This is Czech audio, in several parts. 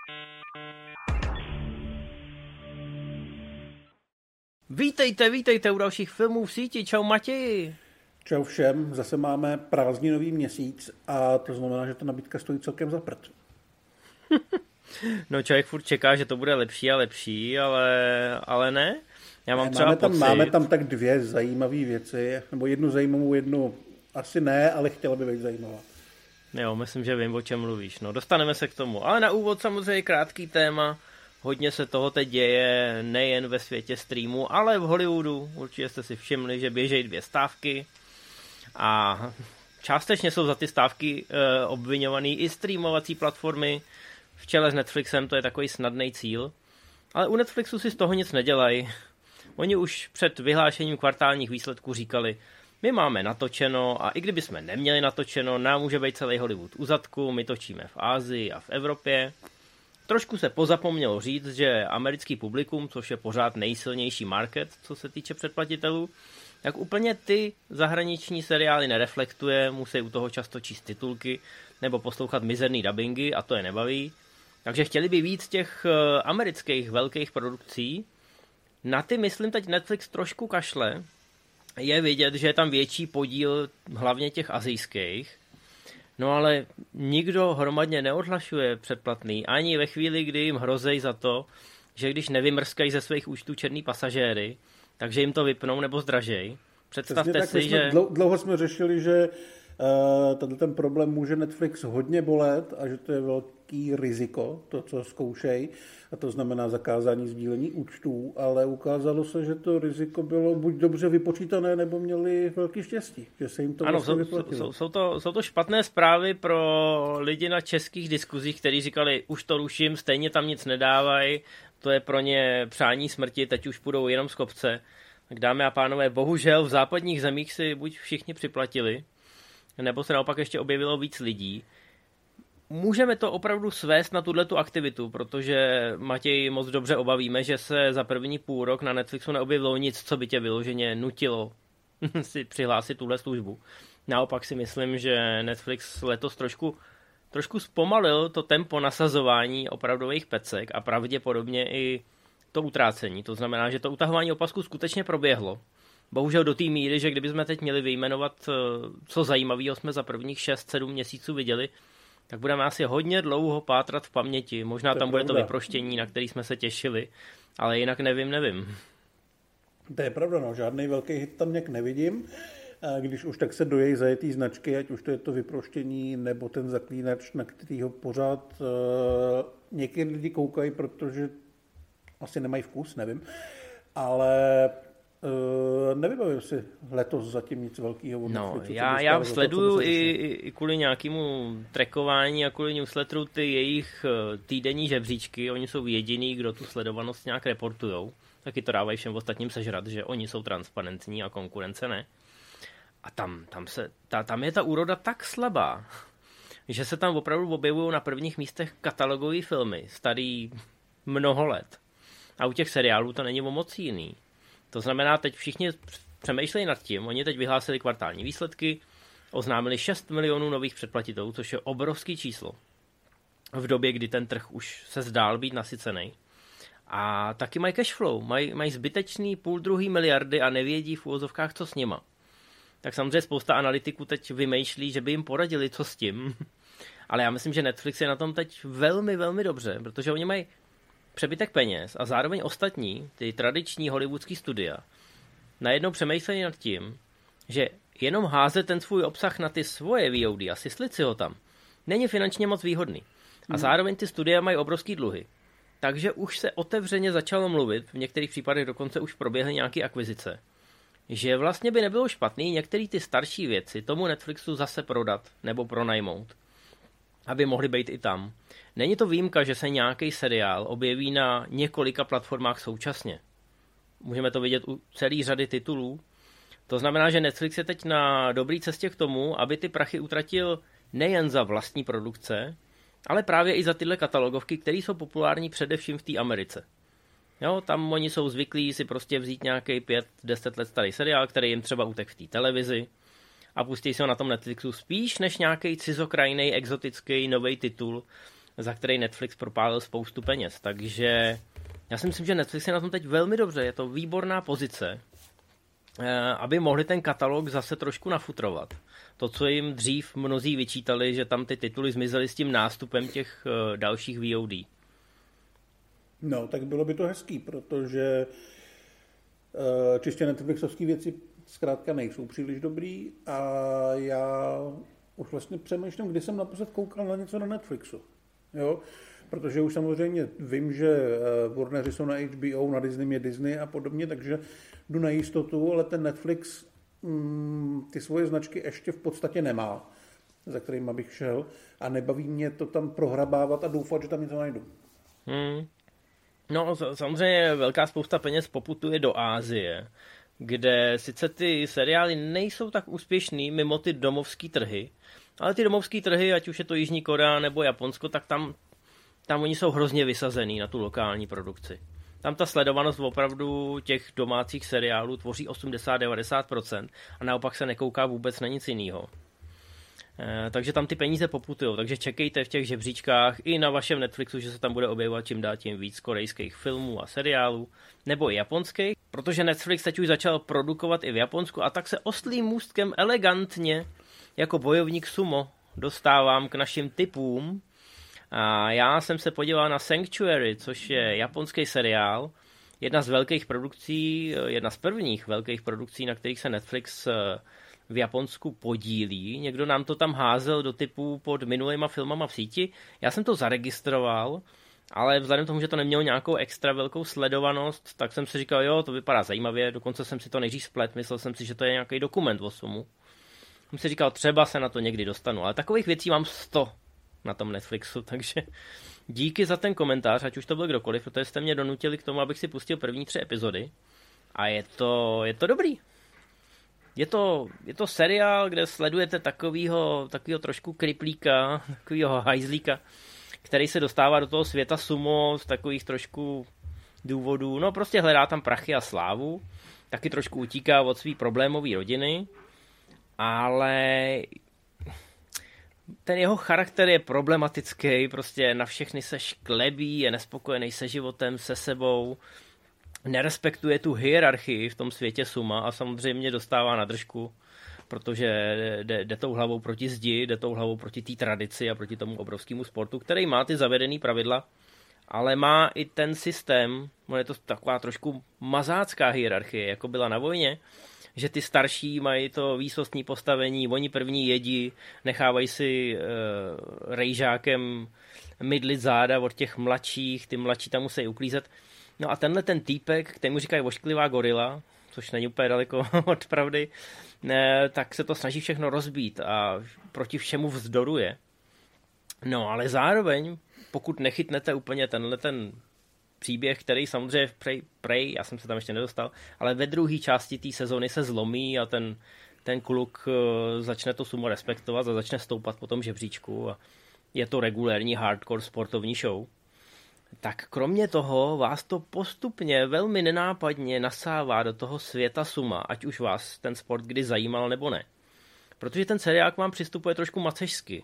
Vítejte u dalších filmů v síti. Čau Matěji. Čau všem, zase máme prázdninový měsíc a to znamená, že ta nabídka stojí celkem za prd. No člověk furt čeká, že to bude lepší a lepší, ale ne. Já mám třeba pocit. Máme tam tak dvě zajímavé věci, nebo jednu zajímavou, jednu asi ne, ale chtěla by být zajímavá. Jo, myslím, že vím, o čem mluvíš. No, dostaneme se k tomu. Ale na úvod samozřejmě krátký téma. Hodně se toho teď děje nejen ve světě streamu, ale v Hollywoodu. Určitě jste si všimli, že běžejí 2 stávky a částečně jsou za ty stávky obviňovaný i streamovací platformy. V čele s Netflixem to je takový snadný cíl. Ale u Netflixu si z toho nic nedělají. Oni už před vyhlášením kvartálních výsledků říkali, my máme natočeno a i kdyby jsme neměli natočeno, nám může být celý Hollywood u zadku, my točíme v Asii a v Evropě. Trošku se pozapomnělo říct, že americký publikum, což je pořád nejsilnější market, co se týče předplatitelů, tak úplně ty zahraniční seriály nereflektuje, musí u toho často číst titulky nebo poslouchat mizerný dabingy a to je nebaví. Takže chtěli by víc těch amerických velkých produkcí. Na ty, myslím, teď Netflix trošku kašle. Je vidět, že je tam větší podíl hlavně těch asijských. No ale nikdo hromadně neodhlašuje předplatný, ani ve chvíli, kdy jim hrozí za to, že když nevymrskají ze svých účtů černý pasažéry, takže jim to vypnou nebo zdražej. Představte si, že... Dlouho jsme řešili, že ten problém může Netflix hodně bolet a že to je velký riziko, to, co zkoušejí, a to znamená zakázání sdílení účtů, ale ukázalo se, že to riziko bylo buď dobře vypočítané, nebo měli velký štěstí, že se jim to vlastně vyplatilo. Jsou to špatné zprávy pro lidi na českých diskuzích, kteří říkali, už to ruším, stejně tam nic nedávají, to je pro ně přání smrti, teď už půjdou jenom z kopce. Tak dámy a pánové, bohužel v západních zemích si buď všichni připlatili, nebo se naopak ještě objevilo víc lidí. Můžeme to opravdu svést na tuhletu aktivitu, protože Matěj moc dobře obavíme, že se za první půl rok na Netflixu neobjevilo nic, co by tě vyloženě nutilo si přihlásit tuhle službu. Naopak si myslím, že Netflix letos trošku zpomalil to tempo nasazování opravdových pecek a pravděpodobně i to utrácení. To znamená, že to utahování opasku skutečně proběhlo. Bohužel do té míry, že kdybychom teď měli vyjmenovat, co zajímavého jsme za prvních 6-7 měsíců viděli, tak budeme asi hodně dlouho pátrat v paměti. Možná tam bude to vyproštění, na který jsme se těšili, ale jinak nevím. To je pravda, no. Žádný velký hit tam nějak nevidím. Když už tak se dojejí zajetý značky, ať už to je to vyproštění nebo ten Zaklínač, na kterýho pořád někdy lidi koukají, protože asi nemají vkus, nevím. Ale nevybavím si letos zatím nic velkého. No, já sleduju i kvůli nějakému trackování a kvůli newsletteru ty jejich týdenní žebříčky. Oni jsou jediný, kdo tu sledovanost nějak reportujou. Taky to dávají všem ostatním sežrat, že oni jsou transparentní a konkurence ne. A tam je ta úroda tak slabá, že se tam opravdu objevují na prvních místech katalogové filmy, starý mnoho let. A u těch seriálů to není o moc jiný. To znamená, teď všichni přemýšlejí nad tím, oni teď vyhlásili kvartální výsledky, oznámili 6 milionů nových předplatitelů, což je obrovský číslo. V době, kdy ten trh už se zdál být nasycený. A taky mají cashflow, mají zbytečný 1,5 miliardy a nevědí v úvozovkách, co s nima. Tak samozřejmě spousta analytiků teď vymýšlí, že by jim poradili, co s tím. Ale já myslím, že Netflix je na tom teď velmi, velmi dobře, protože oni mají přebytek peněz a zároveň ostatní, ty tradiční hollywoodský studia, najednou přemýšleli nad tím, že jenom házet ten svůj obsah na ty svoje VOD a syslit si ho tam, není finančně moc výhodný. A zároveň ty studia mají obrovský dluhy. Takže už se otevřeně začalo mluvit, v některých případech dokonce už proběhly nějaké akvizice, že vlastně by nebylo špatný některé ty starší věci tomu Netflixu zase prodat nebo pronajmout, aby mohly být i tam. Není to výjimka, že se nějaký seriál objeví na několika platformách současně. Můžeme to vidět u celé řady titulů. To znamená, že Netflix je teď na dobré cestě k tomu, aby ty prachy utratil nejen za vlastní produkce, ale právě i za tyhle katalogovky, které jsou populární především v té Americe. Jo, tam oni jsou zvyklí si prostě vzít nějaký 5-10 let starý seriál, který jim třeba utek v té televizi a pustí se ho na tom Netflixu spíš než nějaký cizokrajnej, exotický nový titul za který Netflix propálil spoustu peněz. Takže já si myslím, že Netflix je na tom teď velmi dobře. Je to výborná pozice, aby mohli ten katalog zase trošku nafutrovat. To, co jim dřív mnozí vyčítali, že tam ty tituly zmizely s tím nástupem těch dalších VOD. No, tak bylo by to hezký, protože čistě Netflixovské věci zkrátka nejsou příliš dobrý a já už vlastně přemýšlím, kdy jsem naposled koukal na něco na Netflixu. Jo? Protože už samozřejmě vím, že Warneri jsou na HBO, na Disney je Disney a podobně, takže jdu na jistotu, ale ten Netflix ty svoje značky ještě v podstatě nemá, za kterým bych šel a nebaví mě to tam prohrabávat a doufat, že tam něco najdu. No samozřejmě velká spousta peněz poputuje do Asie, kde sice ty seriály nejsou tak úspěšný mimo ty domovský trhy, ale ty domovský trhy, ať už je to Jižní Korea nebo Japonsko, tak tam oni jsou hrozně vysazený na tu lokální produkci. Tam ta sledovanost opravdu těch domácích seriálů tvoří 80-90% a naopak se nekouká vůbec na nic jiného. Takže tam ty peníze poputujou, takže čekejte v těch žebříčkách i na vašem Netflixu, že se tam bude objevovat čím dál tím víc korejských filmů a seriálů, nebo i japonských, protože Netflix teď už začal produkovat i v Japonsku a tak se oslým můstkem elegantně jako bojovník sumo dostávám k našim tipům. A já jsem se podíval na Sanctuary, což je japonský seriál, jedna z velkých produkcí, jedna z prvních velkých produkcí, na kterých se Netflix v Japonsku podílí. Někdo nám to tam házel do typů pod minulýma filmama v síti. Já jsem to zaregistroval, ale vzhledem k tomu, že to nemělo nějakou extra velkou sledovanost, tak jsem si říkal, jo, to vypadá zajímavě, dokonce jsem si to nejdřív splet, myslel jsem si, že to je nějaký dokument o sumu. Jsem si říkal, třeba se na to někdy dostanu, ale takových věcí mám 100 na tom Netflixu, takže díky za ten komentář, ať už to byl kdokoliv, protože jste mě donutili k tomu, abych si pustil první 3 epizody a je to dobrý. Je to seriál, kde sledujete takovýho trošku kriplíka, takovýho hajzlíka, který se dostává do toho světa sumo z takových trošku důvodů, no prostě hledá tam prachy a slávu, taky trošku utíká od svý problémové rodiny, ale ten jeho charakter je problematický, prostě na všechny se šklebí, je nespokojený se životem, se sebou, nerespektuje tu hierarchii v tom světě suma a samozřejmě dostává na držku, protože jde tou hlavou proti zdi, jde tou hlavou proti té tradici a proti tomu obrovskému sportu, který má ty zavedený pravidla, ale má i ten systém, je to taková trošku mazácká hierarchie, jako byla na vojně, že ty starší mají to výsostní postavení, oni první jedí, nechávají si rejžákem mydlit záda od těch mladších, ty mladší tam musí uklízet. No a tenhle ten týpek, kterému říkají ošklivá gorila, což není úplně daleko od pravdy, tak se to snaží všechno rozbít a proti všemu vzdoruje. No ale zároveň, pokud nechytnete úplně tenhle ten příběh, který samozřejmě v Prey, já jsem se tam ještě nedostal, ale ve druhé části té sezony se zlomí a ten kluk začne to sumo respektovat a začne stoupat po tom žebříčku a je to regulérní hardcore sportovní show. Tak kromě toho vás to postupně velmi nenápadně nasává do toho světa suma, ať už vás ten sport kdy zajímal nebo ne. Protože ten seriál k vám přistupuje trošku macešsky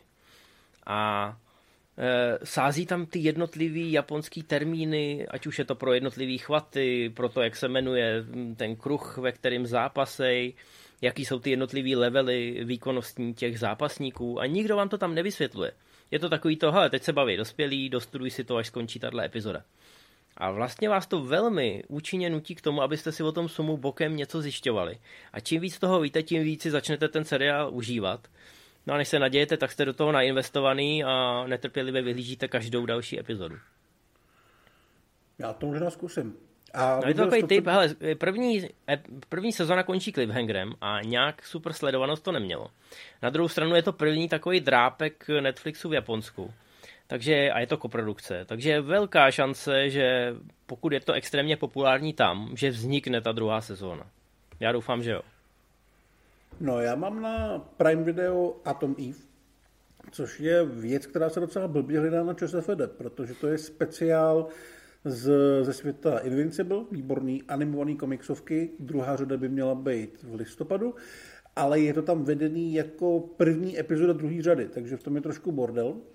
a sází tam ty jednotlivý japonský termíny, ať už je to pro jednotlivý chvaty, pro to, jak se jmenuje ten kruh, ve kterým zápasej, jaký jsou ty jednotlivý levely výkonnostní těch zápasníků a nikdo vám to tam nevysvětluje. Je to takový to, hele, teď se baví dospělí, dostuduj si to, až skončí tato epizoda. A vlastně vás to velmi účinně nutí k tomu, abyste si o tom sumu bokem něco zjišťovali. A čím víc toho víte, tím víc si začnete ten seriál užívat. No a než se nadějete, tak jste do toho nainvestovaný a netrpělivě vyhlížíte každou další epizodu. Já to možná zkusím. No je to takový typ, hele, první sezona končí cliffhangerem a nějak super sledovanost to nemělo. Na druhou stranu je to první takový drápek Netflixu v Japonsku. Takže, a je to koprodukce, takže je velká šance, že pokud je to extrémně populární tam, že vznikne ta druhá sezóna. Já doufám, že jo. No já mám na Prime Video Atom Eve, což je věc, která se docela blbě hledá na ČSFD, protože to je speciál ze světa Invincible, výborný animovaný komiksovky, druhá řada by měla být v listopadu, ale je to tam vedený jako první epizoda druhé řady, takže v tom je trošku bordel.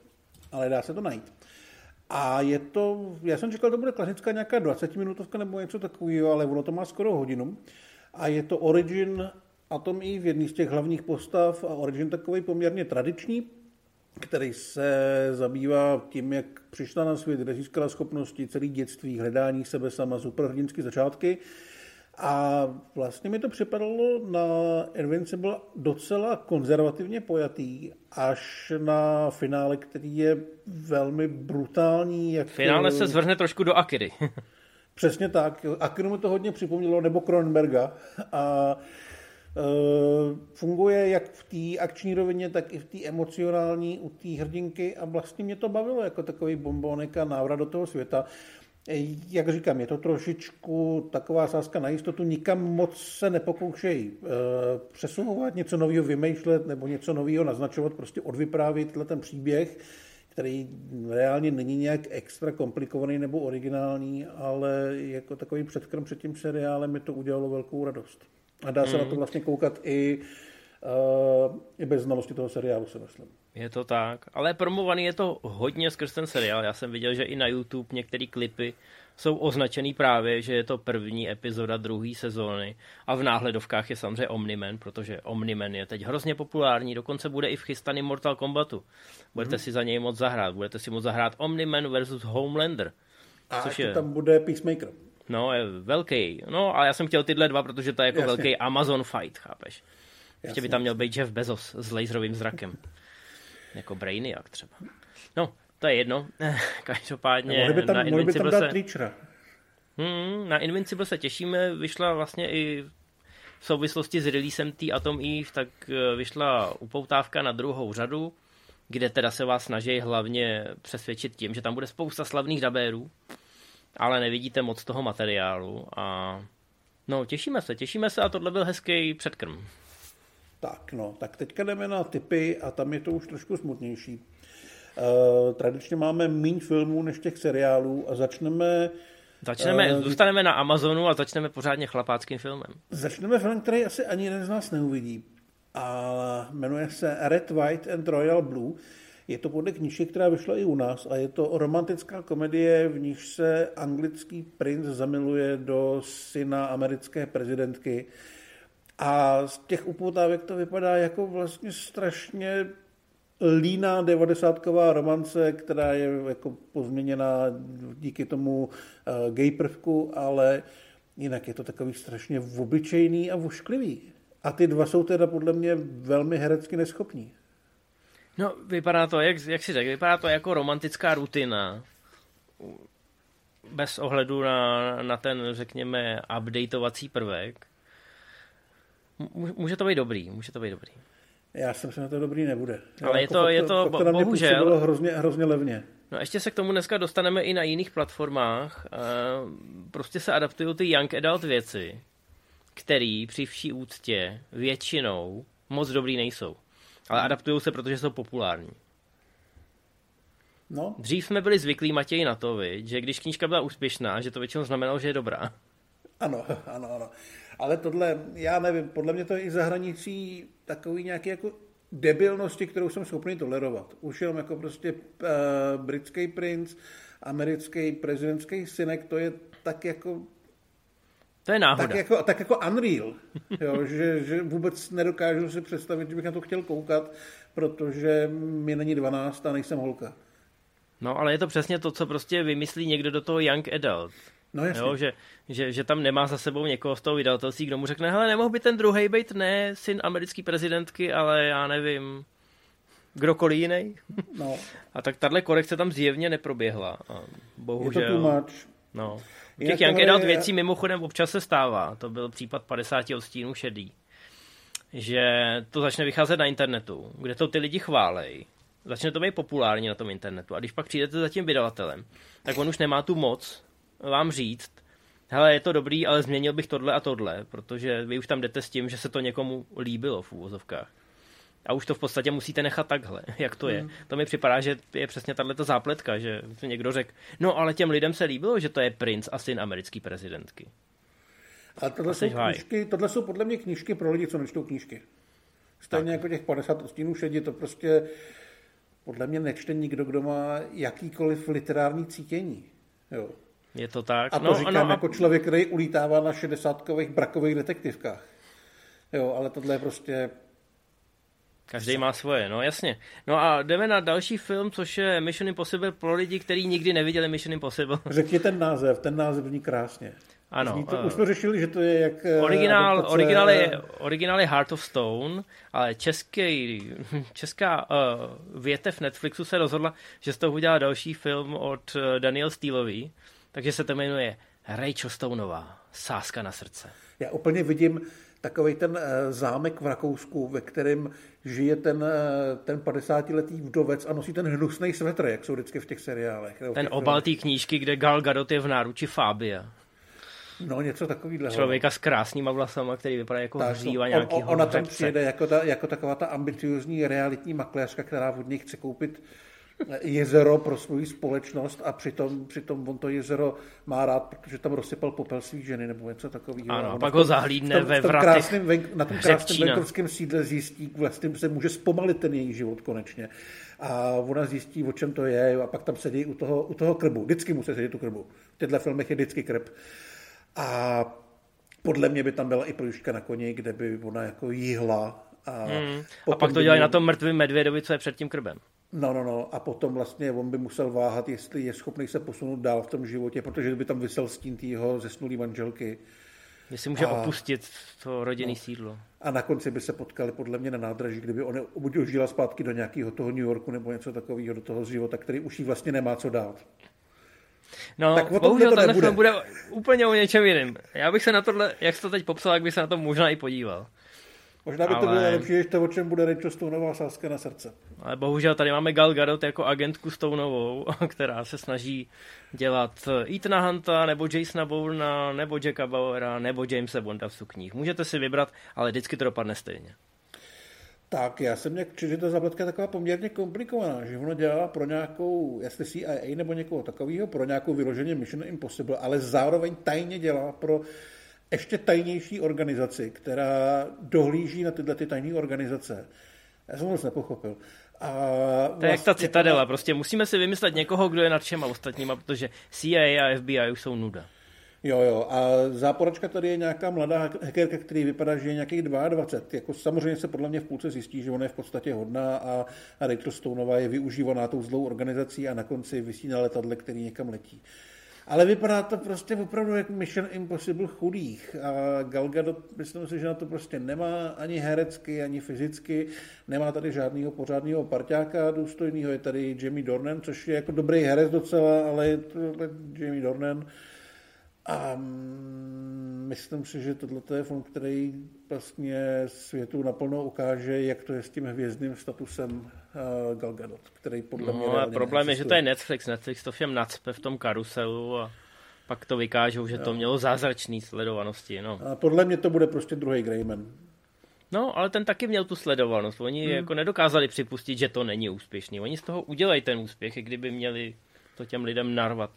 ale dá se to najít. A je to, já jsem čekal, to bude klasická nějaká 20-minutovka nebo něco takového, ale ono to má skoro hodinu. A je to origin Atom Eve, jedný z těch hlavních postav, a origin takový poměrně tradiční, který se zabývá tím, jak přišla na svět, kde získala schopnosti, celý dětství, hledání sebe sama, superhrdinské začátky. A vlastně mi to připadalo na Invincible docela konzervativně pojatý, až na finále, který je velmi brutální. V finále se zvrhne trošku do Akiry. Přesně tak. Akiru mi to hodně připomnělo, nebo Cronenberga. A funguje jak v té akční rovině, tak i v té emocionální u té hrdinky a vlastně mě to bavilo jako takový bombonek a návrat do toho světa. Jak říkám, je to trošičku taková sázka na jistotu, nikam moc se nepokoušejí přesouvat, něco nového vymýšlet nebo něco nového naznačovat, prostě odvyprávět ten příběh, který reálně není nějak extra komplikovaný nebo originální, ale jako takový předkrm před tím seriálem mi to udělalo velkou radost. A dá se na to vlastně koukat i bez znalosti toho seriálu, se myslím. Je to tak, ale promovaný je to hodně skrz ten seriál. Já jsem viděl, že i na YouTube některé klipy jsou označený právě, že je to první epizoda druhé sezóny a v náhledovkách je samozřejmě Omni-Man, protože Omni-Man je teď hrozně populární, dokonce bude i v chystaném Mortal Kombatu. Budete si za něj moc zahrát, budete si moc zahrát Omni-Man versus Homelander. A což je... tam bude Peacemaker. No, je velký. No, ale já jsem chtěl tyhle dva, protože to je jako velký Amazon fight, chápeš? Ještě by tam měl být Jeff Bezos s laserovým zrakem. Jako Brainiac třeba. No, to je jedno. Každopádně na Invincible se těšíme. Vyšla vlastně i v souvislosti s releasem té Atom Eve, tak vyšla upoutávka na druhou řadu, kde teda se vás snaží hlavně přesvědčit tím, že tam bude spousta slavných dabérů, ale nevidíte moc toho materiálu a no, těšíme se a tohle byl hezký předkrm. Tak no, tak teďka jdeme na tipy a tam je to už trošku smutnější. Tradičně máme méně filmů než těch seriálů a zůstaneme na Amazonu a začneme pořádně chlapáckým filmem. Začneme film, který asi ani jeden z nás neuvidí. A jmenuje se Red, White and Royal Blue. Je to podle knížky, která vyšla i u nás a je to romantická komedie, v níž se anglický princ zamiluje do syna americké prezidentky. A z těch upoutávek to vypadá jako vlastně strašně líná 90ková romance, která je jako pozměněná díky tomu gay prvku, ale jinak je to takový strašně obyčejný a vošklivý. A ty dva jsou teda podle mě velmi herecky neschopní. No, vypadá to, jak si řekl, vypadá to jako romantická rutina. Bez ohledu na ten, řekněme, updateovací prvek. Může to být dobrý. Já si myslím, že to dobrý nebude. Ale je to bohužel hrozně levně. No ještě se k tomu dneska dostaneme i na jiných platformách. Prostě se adaptují ty young adult věci, které při vší úctě většinou moc dobrý nejsou. Ale adaptují se, protože jsou populární. No. Dřív jsme byli zvyklí, Matěj, na to, že když knížka byla úspěšná, že to většinou znamenalo, že je dobrá. Ano. Ale tohle, já nevím, podle mě to je i za hranicí takový nějaký jako debilnosti, kterou jsem schopný tolerovat. Už jenom jako prostě britský princ, americký prezidentský synek, to je tak jako... To je náhoda. Tak jako unreal, jo, že vůbec nedokážu si představit, že bych na to chtěl koukat, protože mi není 12 a nejsem holka. No, ale je to přesně to, co prostě vymyslí někdo do toho young adult. No jasně. Jo, že tam nemá za sebou někoho z toho vydavatelství, kdo mu řekne, hele, nemohl by ten druhej být ne syn americké prezidentky, ale já nevím, kdokoliv jiný. No. A tak tahle korekce tam zjevně neproběhla. A bohužel. Je to too much. No. Těch young adult věcí mimochodem občas se stává. To byl případ 50 odstínů šedý. Že to začne vycházet na internetu, kde to ty lidi chválej. Začne to být populární na tom internetu. A když pak přijdete za tím vydavatelem, tak on už nemá tu moc vám říct, hele, je to dobrý, ale změnil bych tohle a tohle, protože vy už tam jdete s tím, že se to někomu líbilo v úvozovkách. A už to v podstatě musíte nechat takhle, jak to je. To mi připadá, že je přesně tato zápletka, že někdo řekl, no ale těm lidem se líbilo, že to je princ a syn americký prezidentky. A tohle jsou podle mě knížky pro lidi, co nečtou knížky. Stejně jako těch 50 odstínů šedi, to prostě podle mě nečte nikdo, kdo má jakýkoliv literární cítění. Jo. Je to tak. A to říkám jako člověk, který ulítává na 60kových brakových detektivkách. Jo, ale tohle je prostě... Každý má svoje, no jasně. No a jdeme na další film, což je Mission Impossible pro lidi, kteří nikdy neviděli Mission Impossible. Řekni ten název zní krásně. Ano. Už jsme řešili, že to je jak... Originál je Heart of Stone, ale česká větev Netflixu se rozhodla, že z toho udělá další film od Daniel Steelový, takže se to jmenuje Rachel Stoneová, Sázka na srdce. Já úplně vidím takovej ten zámek v Rakousku, ve kterém žije ten 50letý vdovec a nosí ten hnusný svetr, jak jsou vždycky v těch seriálech. Ten obal té knížky, kde Gal Gadot je v náruči Fabia. No, něco takovýhle. Člověka s krásnýma vlasama, který vypadá jako hříva nějakýho Ona tam přijede jako taková ta ambiciozní realitní makléřka, která od něj chce koupit jezero pro svou společnost a přitom on to jezero má rád, protože tam rozsypal popel svých ženy nebo něco takového. Ano, pak ho zahlídne ve vratech na tom krásném venkovském sídle zjistí, vlastně se může zpomalit ten její život konečně. A ona zjistí, o čem to je a pak tam sedí u toho krbu. Vždycky musí sedět u krbu. V těchto filmech je vždycky krb. A podle mě by tam byla i Pojušťka na koni, kde by ona jako jíhla. A pak to dělají na tom mrtvém medvědovi, co je před tím krbem. No. A potom vlastně on by musel váhat, jestli je schopný se posunout dál v tom životě, protože by tam visel stín jeho zesnulý manželky. Jestli může opustit to rodinný sídlo. A na konci by se potkali podle mě na nádraží, kdyby on buď užila zpátky do nějakého toho New Yorku nebo něco takového, do toho života, který už jí vlastně nemá co dát. No, bohužel tenhle film bude úplně o něčem jiným. Já bych se na tohle, jak jsi to teď popsal, jak bych se na to možná i podíval. Možná by to bylo lepší, než to, o čem bude Rachel Stoneová, Sázka na srdce. Ale bohužel tady máme Gal Gadot jako agentku Stoneovou, která se snaží dělat Ethana Hunta, nebo Jasona Bourna, nebo Jacka Bauera, nebo Jamesa Bonda v sukních. Můžete si vybrat, ale vždycky to dopadne stejně. Tak, já jsem nějak četl, že ta zabletka je taková poměrně komplikovaná, že ono dělá pro nějakou, jestli CIA nebo někoho takového, pro nějakou vyloženě Mission Impossible, ale zároveň tajně dělá pro ještě tajnější organizaci, která dohlíží na tyhle tajné organizace. Já jsem moc nepochopil. To je jak ta Citadela, prostě musíme si vymyslet někoho, kdo je nad všema ostatníma, protože CIA a FBI už jsou nuda. Jo, a záporačka tady je nějaká mladá hackerka, který vypadá, že je nějakých 22. Jako samozřejmě se podle mě v půlce zjistí, že ona je v podstatě hodná a Rachel Stoneová je využívaná tou zlou organizací a na konci visí na letadle, který někam letí. Ale vypadá to prostě opravdu jak Mission Impossible chudých. A Gal Gadot, myslím si, že na to prostě nemá ani herecky, ani fyzicky. Nemá tady žádného pořádného parťáka důstojného. Je tady Jamie Dornan, což je jako dobrý herec docela, ale je to Jamie Dornan. A myslím si, že tohle je film, který vlastně světu naplno ukáže, jak to je s tím hvězdným statusem Gal Gadot, který podle mě reálně problém neexistuje. Je, že to je Netflix. Netflix to všem nacpe v tom karuselu a pak to vykážou, že to mělo zázračný sledovanosti. No. A podle mě to bude prostě druhý Greyman. No, ale ten taky měl tu sledovanost. Oni jako nedokázali připustit, že to není úspěšný. Oni z toho udělají ten úspěch, i kdyby měli to těm lidem narvat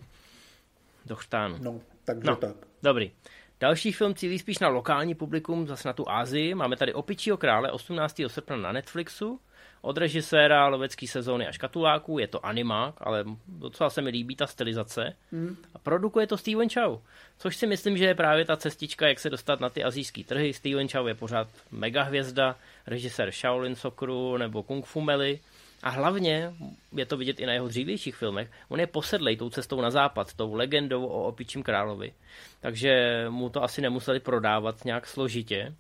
do chřtánu. No, takže tak. Dobrý. Další film cílí spíš na lokální publikum, zase na tu Asii. Máme tady Opičího krále 18. srpna na Netflixu. Od režiséra Lovecký sezóny a škatuláků. Je to animák, ale docela se mi líbí ta stylizace. A produkuje to Steven Chow. Což si myslím, že je právě ta cestička, jak se dostat na ty asijský trhy. Steven Chow je pořád mega hvězda, režisér Shaolin Socceru nebo Kung Fu Meli. A hlavně, je to vidět i na jeho dřívějších filmech, on je posedlej tou cestou na západ, tou legendou o Opičím královi. Takže mu to asi nemuseli prodávat nějak složitě.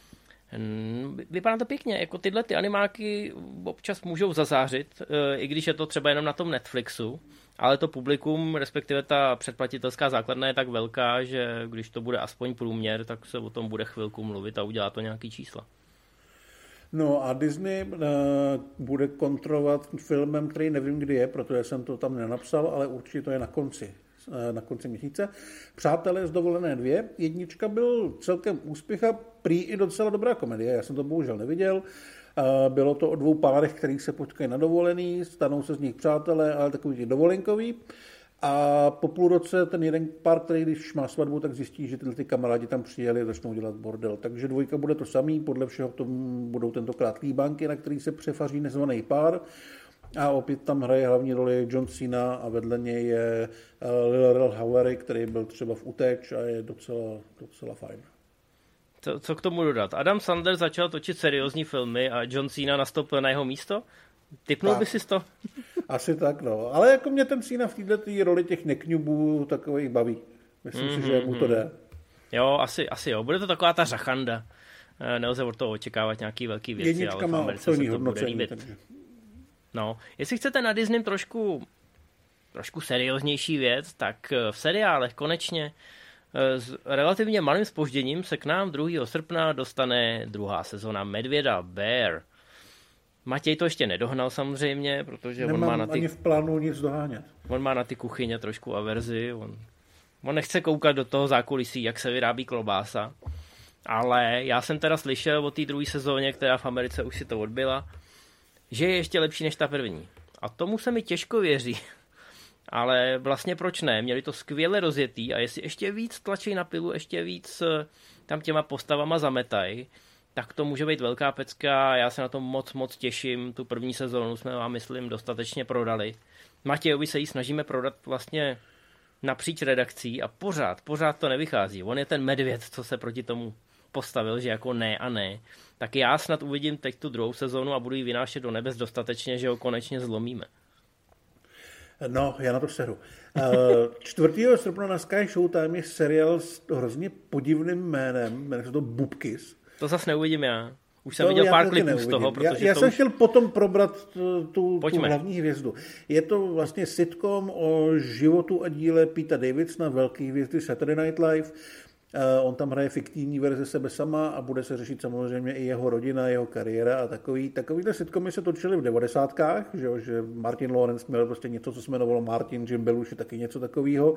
Vypadá to pěkně, jako tyhle ty animáky občas můžou zazářit, i když je to třeba jenom na tom Netflixu, ale to publikum, respektive ta předplatitelská základna je tak velká, že když to bude aspoň průměr, tak se o tom bude chvilku mluvit a udělá to nějaký čísla. No a Disney bude kontrolovat filmem, který nevím, kdy je, protože jsem to tam nenapsal, ale určitě to je na konci měsíce. Přátelé z dovolené 2. Jednička byl celkem úspěch a prý i docela dobrá komedie. Já jsem to bohužel neviděl. Bylo to o dvou párech, kterých se potkají na dovolený, stanou se z nich přátelé, ale takový ti dovolenkový. A po půl roce ten jeden pár, který když má svatbu, tak zjistí, že tyhle ty kamarádi tam přijeli a začnou dělat bordel. Takže dvojka bude to samý, podle všeho to budou tentokrát líbánky, na který se přefaří nezvaný pár. A opět tam hraje hlavní roli John Cena a vedle něj je Lil Rel Howery, který byl třeba v Uteč a je docela fajn. Co k tomu dodat? Adam Sandler začal točit seriózní filmy a John Cena nastoupil na jeho místo? Tipnul by si to? Asi tak, no. Ale jako mě ten Cena v této roli těch nekňubů takových baví. Myslím si, že mu to jde. Jo, asi jo. Bude to taková ta řachanda. Nelze od toho očekávat nějaký velký věci, Jednička ale v Americe se to bude líbit. Takže. No, jestli chcete na Disney trošku serióznější věc, tak v seriálech konečně s relativně malým zpožděním se k nám 2. srpna dostane druhá sezona Medvěda Bear. Matěj to ještě nedohnal samozřejmě, protože on má na ty... ani v plánu nic dohánět. On má na ty kuchyně trošku averzi, on nechce koukat do toho zákulisí, jak se vyrábí klobása. Ale já jsem teda slyšel o té druhé sezóně, která v Americe už si to odbyla, že je ještě lepší než ta první. A tomu se mi těžko věří. Ale vlastně proč ne? Měli to skvěle rozjetý a jestli ještě víc tlačí na pilu, ještě víc tam těma postavama zametají, tak to může být velká pecka. Já se na to moc těším. Tu první sezónu jsme vám, myslím, dostatečně prodali. Matějovi se ji snažíme prodat vlastně napříč redakcí a pořád to nevychází. On je ten medvěd, co se proti tomu postavil, že jako ne a ne. Tak já snad uvidím teď tu druhou sezónu a budu ji vynášet do nebes dostatečně, že ho konečně zlomíme. No, já na to seru. 4. srpna na Sky Showtime je seriál s hrozně podivným jménem, jmenuje se to Bubkis. To zase neuvidím já. Už jsem viděl pár klipů z toho, protože já jsem chtěl potom probrat tu hlavní hvězdu. Je to vlastně sitcom o životu a díle Peta Davidsona, velké hvězdy Saturday Night Live. On tam hraje fiktivní verze sebe sama a bude se řešit samozřejmě i jeho rodina, jeho kariéra a takovýhle sitcomy se točily v 90kách, že Martin Lawrence měl prostě něco, co se jmenovalo Martin, Jim Belushi, taky něco takového.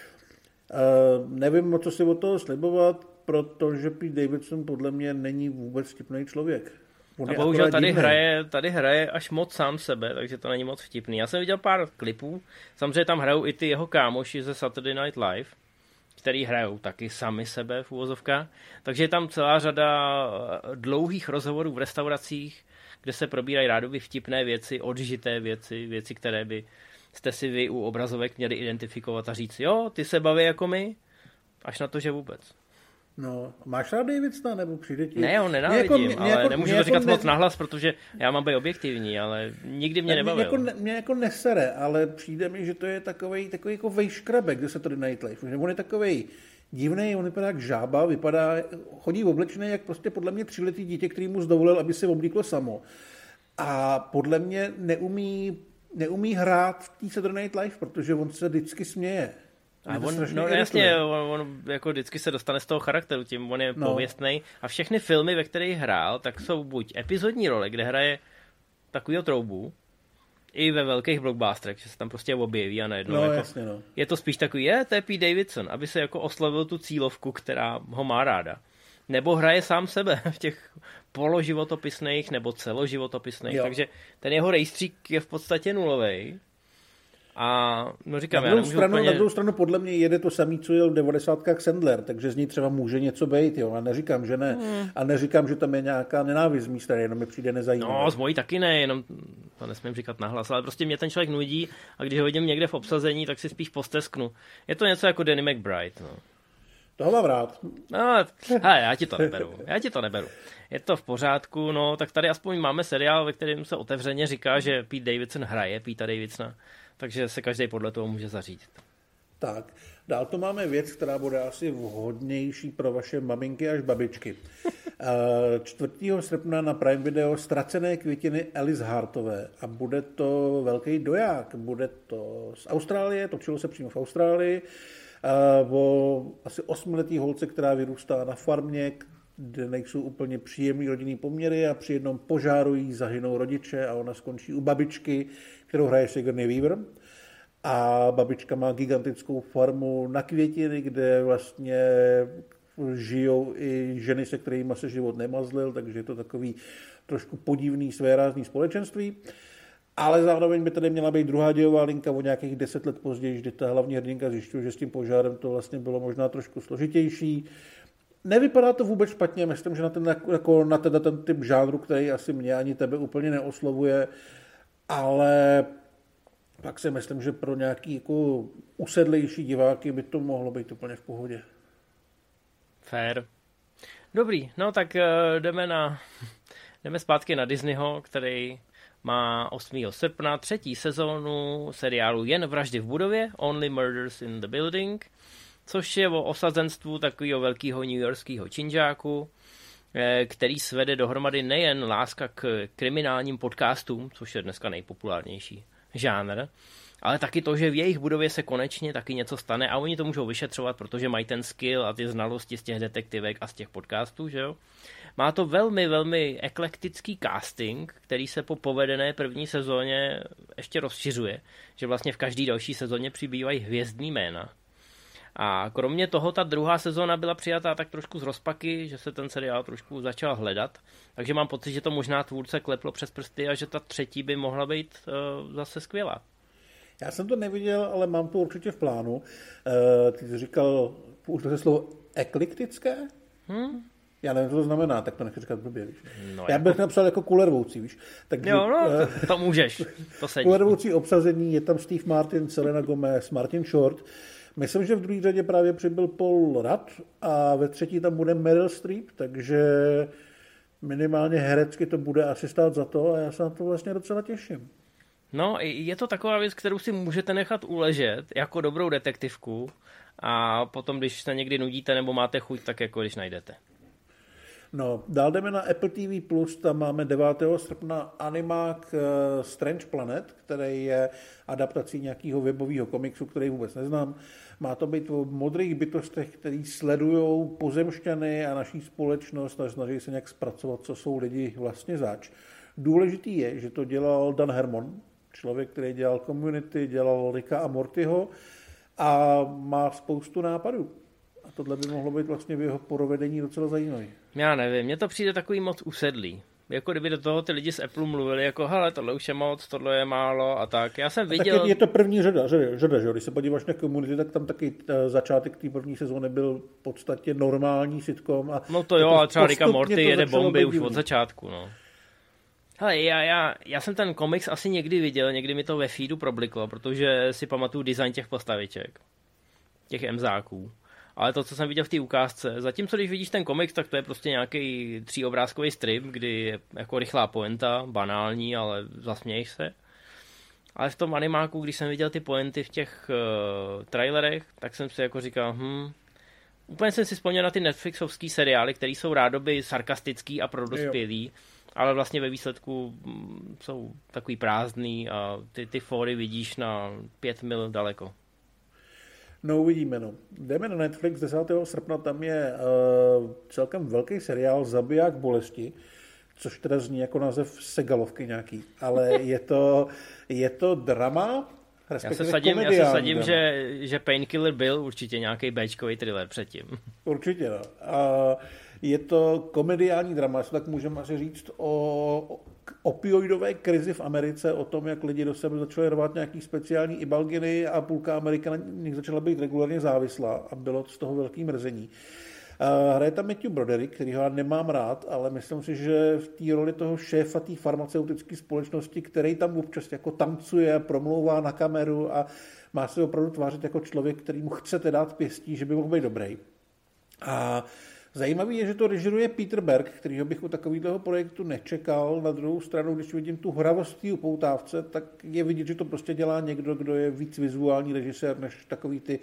Nevím, co si od toho slibovat, protože Pete Davidson podle mě není vůbec vtipný člověk. A bohužel tady hraje až moc sám sebe, takže to není moc vtipný. Já jsem viděl pár klipů, samozřejmě tam hrajou i ty jeho kámoši ze Saturday Night Live, který hrajou taky sami sebe v úvozovkách. Takže je tam celá řada dlouhých rozhovorů v restauracích, kde se probírají rádoby vtipné věci, odžité věci, které by jste si vy u obrazovek měli identifikovat a říct, jo, ty se baví jako my, až na to, že vůbec. No, máš rád Davidsona, nebo přijde ti? Ne, on nenávidím, ale nemůžu to říkat moc nahlas, protože já mám být objektivní, ale nikdy mě nebavil. Mě jako nesere, ale přijde mi, že to je takový jako vejškrabek, kde se to Night Live. On je takovej divný, on vypadá jak žába, chodí oblečený jak prostě podle mě 3letý dítě, který mu zdovolil, aby se oblíklo samo. A podle mě neumí hrát v té Saturday Night Live, protože on se vždycky směje. A on jako vždycky se dostane z toho charakteru, tím on je pověstnej. A všechny filmy, ve kterých hrál, tak jsou buď epizodní role, kde hraje takovýho troubu, i ve velkých blockbusterech, že se tam prostě objeví a najednou je to spíš takový, to je Pete Davidson, aby se jako oslovil tu cílovku, která ho má ráda. Nebo hraje sám sebe v těch položivotopisných nebo celoživotopisných, takže ten jeho rejstřík je v podstatě nulovej. A no říkám, na druhou stranu podle mě jede to samý, co jel v 90kách Sandler, takže z ní třeba může něco být, jo. A neříkám, že ne. A neříkám, že tam je nějaká nenávist z mý strany, jenom mi přijde nezajímavé. No, z mojí taky ne, jenom to nesmím říkat nahlas, ale prostě mě ten člověk nudí a když ho vidím někde v obsazení, tak si spíš postesknu. Je to něco jako Danny McBride, no. Toho mám rád. No, já ti to neberu. Je to v pořádku, no, tak tady aspoň máme seriál, ve kterém se otevřeně říká, že Pete Davidson hraje Peta Davidsona. Takže se každý podle toho může zařídit. Tak, dál to máme věc, která bude asi vhodnější pro vaše maminky až babičky. 4. srpna na Prime Video Ztracené květiny Alice Hartové a bude to velký doják. Bude to z Austrálie, točilo se přímo v Austrálii, o asi 8letý holce, která vyrůstá na farmě, kde nejsou úplně příjemný rodinný poměry a při jednom požáru jí zahynou rodiče a ona skončí u babičky, kterou hraje Sigourney Weaver. A babička má gigantickou farmu na květiny, kde vlastně žijou i ženy, se kterými se život nemazlil, takže je to takový trošku podivný svérázný společenství. Ale zároveň by tady měla být druhá dějová linka o nějakých 10 let později, kdy ta hlavní hrdinka zjišťuje, že s tím požárem to vlastně bylo možná trošku složitější. Nevypadá to vůbec špatně, myslím, že na ten typ žánru, který asi mě ani tebe úplně neoslovuje, ale pak si myslím, že pro nějaký jako usedlejší diváky by to mohlo být úplně v pohodě. Fair. Dobrý, no tak jdeme zpátky na Disneyho, který má 8. srpna 3. sezónu seriálu Jen vraždy v budově, Only Murders in the Building, což je o osazenstvu takového velkého newyorského činžáku, který svede dohromady nejen láska k kriminálním podcastům, což je dneska nejpopulárnější žánr, ale taky to, že v jejich budově se konečně taky něco stane a oni to můžou vyšetřovat, protože mají ten skill a ty znalosti z těch detektivek a z těch podcastů, že jo. Má to velmi, velmi eklektický casting, který se po povedené první sezóně ještě rozšiřuje, že vlastně v každé další sezóně přibývají hvězdní jména. A kromě toho ta druhá sezóna byla přijatá tak trošku z rozpaky, že se ten seriál trošku začal hledat, takže mám pocit, že to možná tvůrce kleplo přes prsty a že ta třetí by mohla být zase skvělá. Já jsem to neviděl, ale mám to určitě v plánu. Ty jsi říkal, použil se slovo eklektické? Já nevím, co to znamená, tak to nechci říkat blbě, víš. No, já bych napsal jako kulervoucí, víš. Takže, jo, no, to můžeš, to sedí. Kulervoucí obsazení, je tam Steve Martin, Selena Gomez, Martin Short. Myslím, že v druhé řadě právě přibyl Paul Rudd a ve třetí tam bude Meryl Streep, takže minimálně herecky to bude asi stát za to a já se na to vlastně docela těším. No, je to taková věc, kterou si můžete nechat uležet jako dobrou detektivku a potom, když se někdy nudíte nebo máte chuť, tak jako když najdete. No, dál jdeme na Apple TV+, tam máme 9. srpna animák Strange Planet, který je adaptací nějakého webového komiksu, který vůbec neznám. Má to být o modrých bytostech, který sledují pozemšťany a naší společnost a snaží se nějak zpracovat, co jsou lidi vlastně zač. Důležitý je, že to dělal Dan Harmon, člověk, který dělal Community, dělal Ricka a Mortyho a má spoustu nápadů. A tohle by mohlo být vlastně v jeho provedení docela zajímavý. Já nevím, mně to přijde takový moc usedlý. Jako kdyby do toho ty lidi z Apple mluvili, jako hele, tohle už je moc, tohle je málo a tak. Já jsem viděl... Tak je to první řada, že? Když se podíváš na Community, tak tam taky začátek té první sezóny byl v podstatě normální sitcom. A no to jo, ale třeba Ricka Morty jede bomby už od začátku, no. Hele, já jsem ten komiks asi někdy viděl, někdy mi to ve feedu probliklo, protože si pamatuju design těch postaviček, těch emzáků. Ale to, co jsem viděl v té ukázce, zatímco když vidíš ten komiks, tak to je prostě nějaký 3obrázkový strip, kdy je jako rychlá pointa, banální, ale zasměješ se. Ale v tom animáku, když jsem viděl ty pointy v těch trailerech, tak jsem si jako říkal, úplně jsem si vzpomněl na ty Netflixovský seriály, které jsou rádoby sarkastický a pro dospělý, ale vlastně ve výsledku jsou takový prázdný a ty fóry vidíš na 5 mil daleko. No uvidíme, no. Jdeme na Netflix 10. srpna, tam je celkem velký seriál Zabiják bolesti, což teda zní jako název Segalovky nějaký, ale je to drama, respektive komediální. Já se sadím, že Painkiller byl určitě nějaký béčkový thriller předtím. Určitě, no. A je to komediální drama, jestli tak můžeme asi říct, o opioidové krizi v Americe, o tom, jak lidi do sebe začali rvat nějaký speciální ibalginy a půlka Amerika na nich začala být regulárně závislá a bylo z toho velký mrzení. Hraje tam Matthew Broderick, kterýho já nemám rád, ale myslím si, že v té roli toho šéfa té farmaceutické společnosti, který tam občas jako tancuje, promlouvá na kameru a má se opravdu tvářit jako člověk, který mu chcete dát pěstí, že by mohl být dobrý. A zajímavý je, že to režiruje Peter Berg, kterýho bych u takového projektu nečekal. Na druhou stranu, když vidím tu hravost té upoutávce, tak je vidět, že to prostě dělá někdo, kdo je víc vizuální režisér než takový ty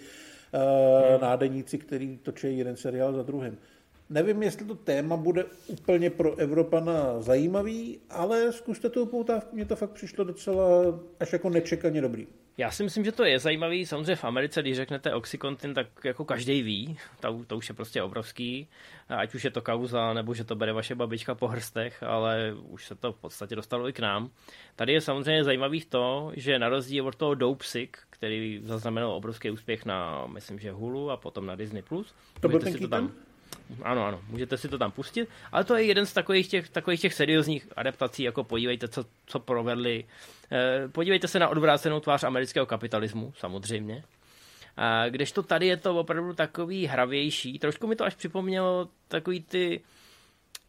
nádeníci, který točí jeden seriál za druhým. Nevím, jestli to téma bude úplně pro Evropana zajímavý, ale zkuste tu upoutávku, mně to fakt přišlo docela až jako nečekaně dobrý. Já si myslím, že to je zajímavý. Samozřejmě v Americe, když řeknete Oxycontin, tak jako každý ví, to už je prostě obrovský, ať už je to kauza, nebo že to bere vaše babička po hrstech, ale už se to v podstatě dostalo i k nám. Tady je samozřejmě zajímavý to, že na rozdíl od toho Dopesick, který zaznamenal obrovský úspěch na, myslím, že Hulu a potom na Disney+. To byl ten Keaton? Ano, můžete si to tam pustit, ale to je jeden z takových těch seriózních adaptací, jako podívejte, co provedli. Podívejte se na odvrácenou tvář amerického kapitalismu, samozřejmě. Kdežto tady je to opravdu takový hravější, trošku mi to až připomnělo takový ty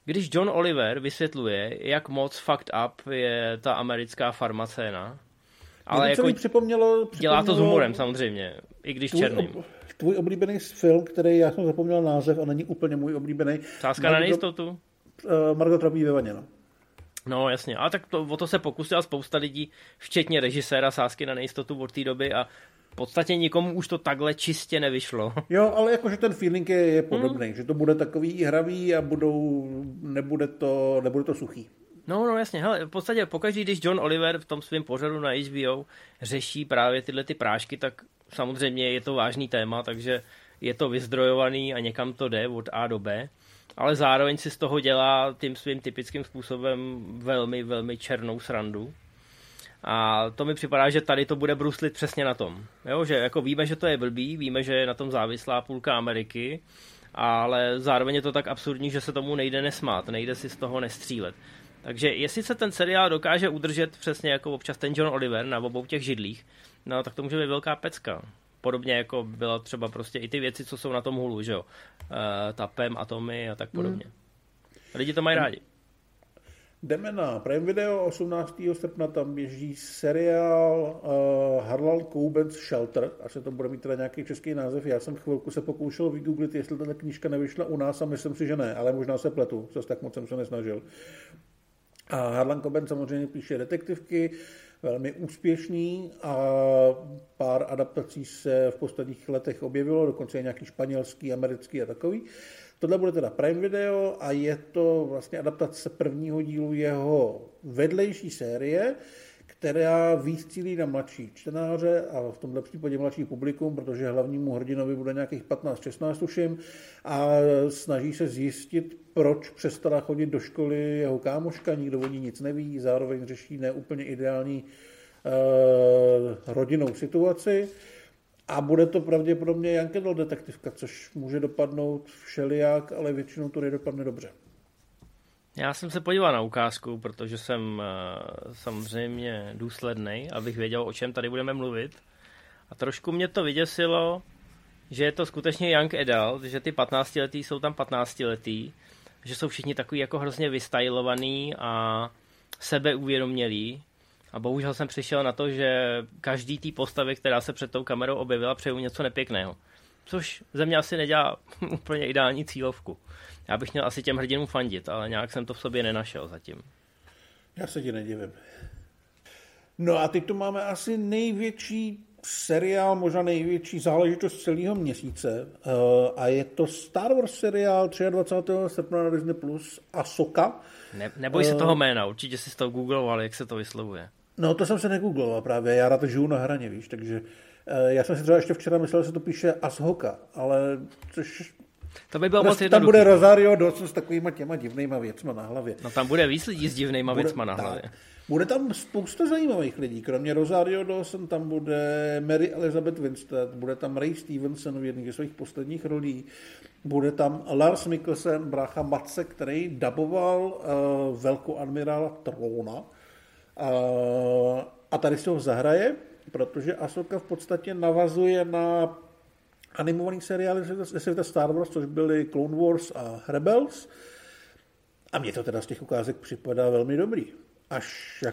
když John Oliver vysvětluje, jak moc fucked up je ta americká farmacéna, ale jako připomnělo, dělá to s humorem samozřejmě, i když černým. Tvůj oblíbený film, který já jsem zapomněl název a není úplně můj oblíbený. Sázka na nejistotu? Margot Robbie ve vaně, no. No jasně, a tak o to se pokusila spousta lidí, včetně režiséra Sázky na nejistotu od té doby a v podstatě nikomu už to takhle čistě nevyšlo. Jo, ale jakože ten feeling je podobný, že to bude takový hravý a nebude to suchý. No jasně, hele, v podstatě pokaždý, když John Oliver v tom svém pořadu na HBO řeší právě tyhle ty prášky, tak samozřejmě je to vážný téma, takže je to vyzdrojovaný a někam to jde od A do B, ale zároveň si z toho dělá tím svým typickým způsobem velmi, velmi černou srandu. A to mi připadá, že tady to bude bruslit přesně na tom. Jo, že jako víme, že to je blbý, víme, že je na tom závislá půlka Ameriky, ale zároveň je to tak absurdní, že se tomu nejde nesmát, nejde si z toho nestřílet. Takže jestli se ten seriál dokáže udržet přesně jako občas ten John Oliver na obou těch židlích, no tak to může být velká pecka. Podobně jako byla třeba prostě i ty věci, co jsou na tom Hulu, že jo. Tapem, Atomy a tak podobně. Lidi to mají rádi. Jdeme na Prime Video, 18. srpna tam běží seriál Harlan Coben's Shelter, až se to bude mít teda nějaký český název. Já jsem chvilku se pokoušel vygooglit, jestli ta knížka nevyšla u nás a myslím si, že ne, ale možná se pletu, zase tak moc jsem se nesnažil. A Harlan Coben samozřejmě píše detektivky, velmi úspěšný a pár adaptací se v posledních letech objevilo, dokonce je nějaký španělský, americký a takový. Tohle bude teda Prime Video a je to vlastně adaptace prvního dílu jeho vedlejší série, která víc cílí na mladší čtenáře a v tomhle případě mladší publikum, protože hlavnímu hrdinovi bude nějakých 15-16 tuším a snaží se zjistit, proč přestala chodit do školy jeho kámoška, nikdo o ní nic neví, zároveň řeší neúplně ideální rodinnou situaci. A bude to pravděpodobně Young Adult detektivka, což může dopadnout všelijak, ale většinou to nedopadne dobře. Já jsem se podíval na ukázku, protože jsem samozřejmě důslednej, abych věděl, o čem tady budeme mluvit. A trošku mě to vyděsilo, že je to skutečně Young Adult, že ty 15letý jsou tam 15letý, že jsou všichni takový jako hrozně vystylovaný a sebeuvědomělí. A bohužel jsem přišel na to, že každý té postavy, která se před tou kamerou objevila, přeju něco nepěkného. Což ze mě asi nedělá úplně ideální cílovku. Já bych měl asi těm hrdinům fandit, ale nějak jsem to v sobě nenašel zatím. Já se ti nedivím. No a teď tu máme asi největší seriál, možná největší záležitost celého měsíce. A je to Star Wars seriál 23. srpna na Disney Plus Ahsoka. Neboj se toho jména, určitě si to googloval, jak se to vyslovuje. No to jsem se negoogloval právě, já rád žiju na hraně, víš, takže já jsem si třeba ještě včera myslel, že se to píše Ashoka, ale což... To by bylo moc jednoduchý. Tam bude Rosario Dawson s takovýma těma divnýma věcma na hlavě. No tam bude víc lidí s divnýma věcma na hlavě. Bude tam spousta zajímavých lidí, kromě Rosario Dawson tam bude Mary Elizabeth Winstead, bude tam Ray Stevenson v jedných ze svých posledních rolí, bude tam Lars Mikkelsen, brácha Matce, který daboval velkoadmirála Trona a tady se ho zahraje, protože Ahsoka v podstatě navazuje na animovaný seriály ze světa Star Wars, což byly Clone Wars a Rebels. A mně to teda z těch ukázek připadá velmi dobrý. Až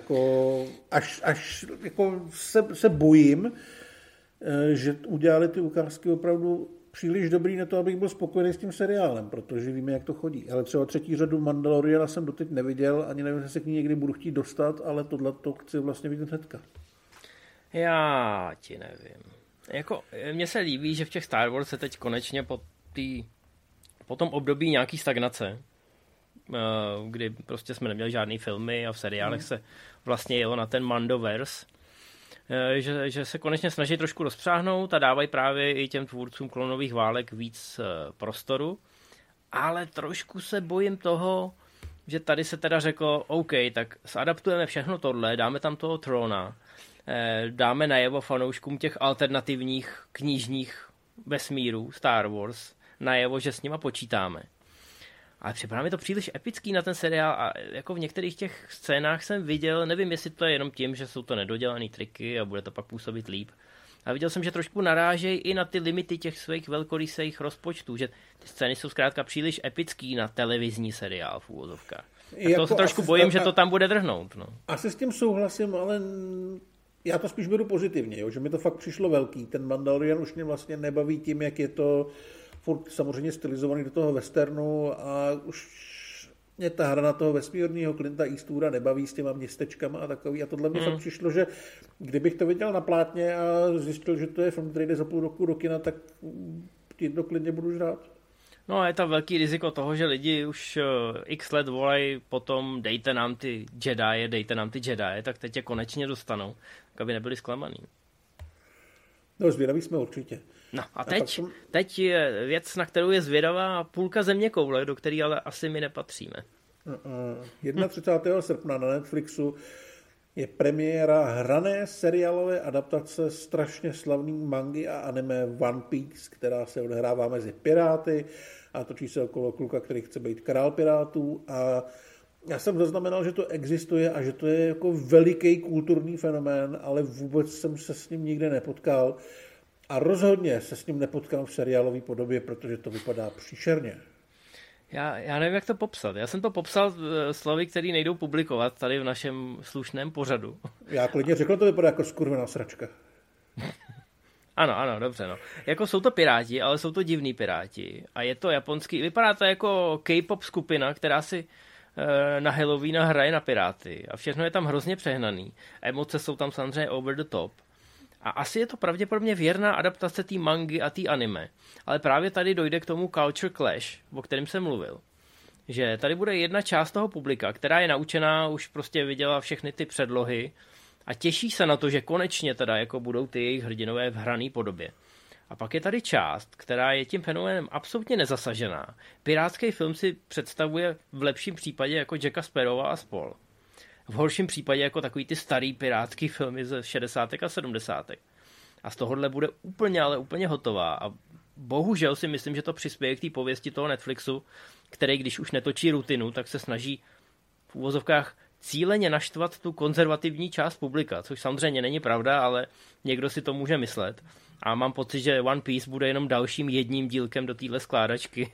se bojím, že udělali ty ukázky opravdu příliš dobrý na to, abych byl spokojený s tím seriálem, protože víme, jak to chodí. Ale třeba třetí řadu Mandaloriana jsem doteď neviděl, ani nevím, jestli se k ní někdy budu chtít dostat, ale tohleto chci vlastně vidět hnedka. Já ti nevím. Jako, mně se líbí, že v těch Star Wars se teď konečně po tom období nějaký stagnace, kdy prostě jsme neměli žádný filmy a v seriálech se vlastně jelo na ten Mandoverse, že se konečně snaží trošku rozpřáhnout a dávají právě i těm tvůrcům klonových válek víc prostoru, ale trošku se bojím toho, že tady se teda řeklo, OK, tak zadaptujeme všechno tohle, dáme tam toho Trona, dáme najevo fanouškům těch alternativních knižních vesmírů Star Wars, najevo, že s nima počítáme. Ale připadá mi to příliš epický na ten seriál a jako v některých těch scénách jsem viděl, nevím, jestli to je jenom tím, že jsou to nedodělané triky a bude to pak působit líp, A viděl jsem, že trošku narážejí i na ty limity těch svých velkorysých rozpočtů, že ty scény jsou zkrátka příliš epický na televizní seriál v úvozovkách. Tak toho se trošku bojím, že to tam bude drhnout. No. Asi s tím souhlasím, ale já to spíš beru pozitivně, jo, že mi to fakt přišlo velký. Ten Mandalorian už mě vlastně nebaví tím, jak je to furt samozřejmě stylizovaný do toho westernu a už mě ta hra na toho vesmírného Clinta Eastwooda nebaví s těma městečkama a takový. A tohle mě fakt přišlo, že kdybych to viděl na plátně a zjistil, že to je film, který jde za půl roku do kina, tak to klidně budu žrát. No je to velký riziko toho, že lidi už x let volají potom dejte nám ty Jedi, tak teď je konečně dostanou, tak aby nebyli zklamaný. No zvědaví jsme určitě. No a teď je věc, na kterou je zvědavá půlka zeměkoule, do které ale asi my nepatříme. 31. srpna na Netflixu je premiéra hrané seriálové adaptace strašně slavný mangy a anime One Piece, která se odehrává mezi piráty a točí se okolo kluka, který chce být král pirátů. A já jsem zaznamenal, že to existuje a že to je jako veliký kulturní fenomén, ale vůbec jsem se s ním nikde nepotkal. A rozhodně se s ním nepotkal v seriálové podobě, protože to vypadá příšerně. Já nevím, jak to popsat. Já jsem to popsal slovy, které nejdou publikovat tady v našem slušném pořadu. Já klidně řekl, to vypadá jako skurvená sračka. Ano, dobře, no. Jako jsou to piráti, ale jsou to divní piráti. A je to japonský, vypadá to jako K-pop skupina, která si na Halloween hraje na piráty. A všechno je tam hrozně přehnaný. Emoce jsou tam samozřejmě over the top. A asi je to pravděpodobně věrná adaptace té mangy a té anime. Ale právě tady dojde k tomu culture clash, o kterém jsem mluvil. Že tady bude jedna část toho publika, která je naučená, už prostě viděla všechny ty předlohy a těší se na to, že konečně teda jako budou ty jejich hrdinové v hrané podobě. A pak je tady část, která je tím fenoménem absolutně nezasažená. Pirátský film si představuje v lepším případě jako Jacka Sparrowa a spol. V horším případě jako takový ty starý pirátský filmy ze 60. a 70. A z tohohle bude úplně hotová. A bohužel si myslím, že to přispěje k té pověsti toho Netflixu, který když už netočí rutinu, tak se snaží v úvozovkách cíleně naštvat tu konzervativní část publika, což samozřejmě není pravda, ale někdo si to může myslet. A mám pocit, že One Piece bude jenom dalším jedním dílkem do téhle skládačky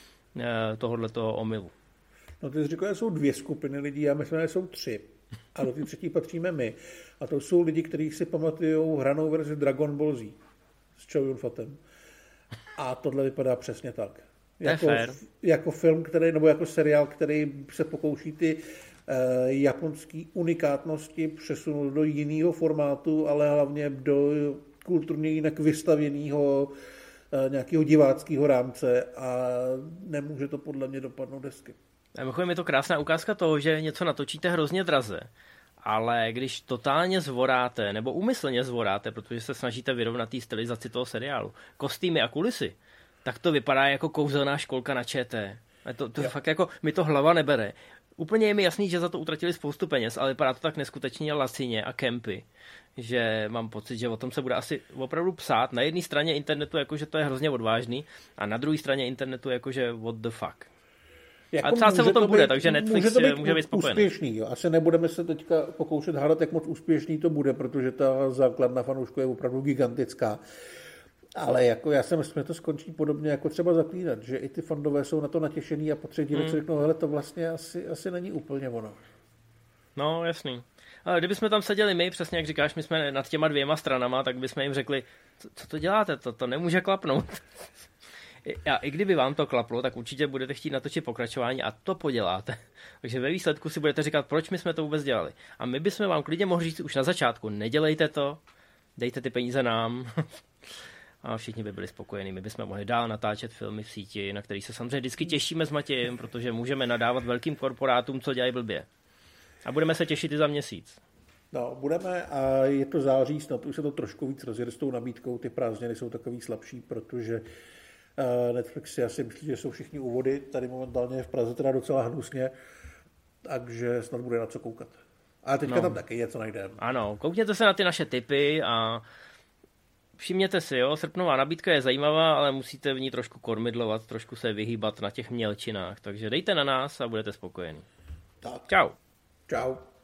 tohoto omylu. No ty jsi říkal, že jsou dvě skupiny lidí, já myslím, že jsou tři. A do té třetí patříme my. A to jsou lidi, kteří si pamatují hranou verzi Dragon Ball Z s Chow Yun-fatem. A tohle vypadá přesně tak. Jako film, nebo jako seriál, který se pokouší ty japonský unikátnosti přesunout do jiného formátu, ale hlavně do kulturně jinak vystavěného nějakého diváckého rámce a nemůže to podle mě dopadnout hezky. A mimochodem je to krásná ukázka toho, že něco natočíte hrozně draze, ale když totálně zvoráte, nebo úmyslně zvoráte, protože se snažíte vyrovnat té stylizaci toho seriálu, kostýmy a kulisy, tak to vypadá jako kouzelná školka na ČT. To fakt jako, mi to hlava nebere. Úplně je mi jasný, že za to utratili spoustu peněz, ale vypadá to tak neskutečně lacině a kempy, že mám pocit, že o tom se bude asi opravdu psát. Na jedné straně internetu, jakože to je hrozně odvážný, a na druhé straně internetu, jakože what the fuck. Jako a psát se o tom bude, takže Netflix může být spokojený. Úspěšný, jo. Asi nebudeme se teďka pokoušet hádat, jak moc úspěšný to bude, protože ta základna fanoušků je opravdu gigantická. Ale jako já si myslím, že to skončí podobně jako třeba Zaklínat, že i ty fandové jsou na to natěšený a po třetí si řeknou, hele, to vlastně asi není úplně ono. No, jasný. Ale kdybychom tam seděli my, přesně jak říkáš, my jsme nad těma dvěma stranama, tak bychom jim řekli, co to děláte, to nemůže klapnout. A i kdyby vám to klaplo, tak určitě budete chtít natočit pokračování a to poděláte. Takže ve výsledku si budete říkat, proč my jsme to vůbec dělali. A my bychom vám klidně mohli říct už na začátku, nedělejte to, dejte ty peníze nám. A všichni by byli spokojení. My bychom mohli dál natáčet filmy v síti, na který se samozřejmě vždycky těšíme s Matějem, protože můžeme nadávat velkým korporátům, co dělají blbě. A budeme se těšit i za měsíc. No, budeme a je to září, snad už se to trošku víc rozjede s tou nabídkou, ty prázdniny jsou takový slabší, protože Netflix si asi myslí, že jsou všichni úvody, tady momentálně v Praze teda docela hnusně, takže snad bude na co koukat. A teďka tam taky něco najdeme. Ano, koukněte se na ty naše tipy a všimněte si, jo, srpnová nabídka je zajímavá, ale musíte v ní trošku kormidlovat, trošku se vyhýbat na těch mělčinách, takže dejte na nás a budete spokojení. Tak. Čau. Čau.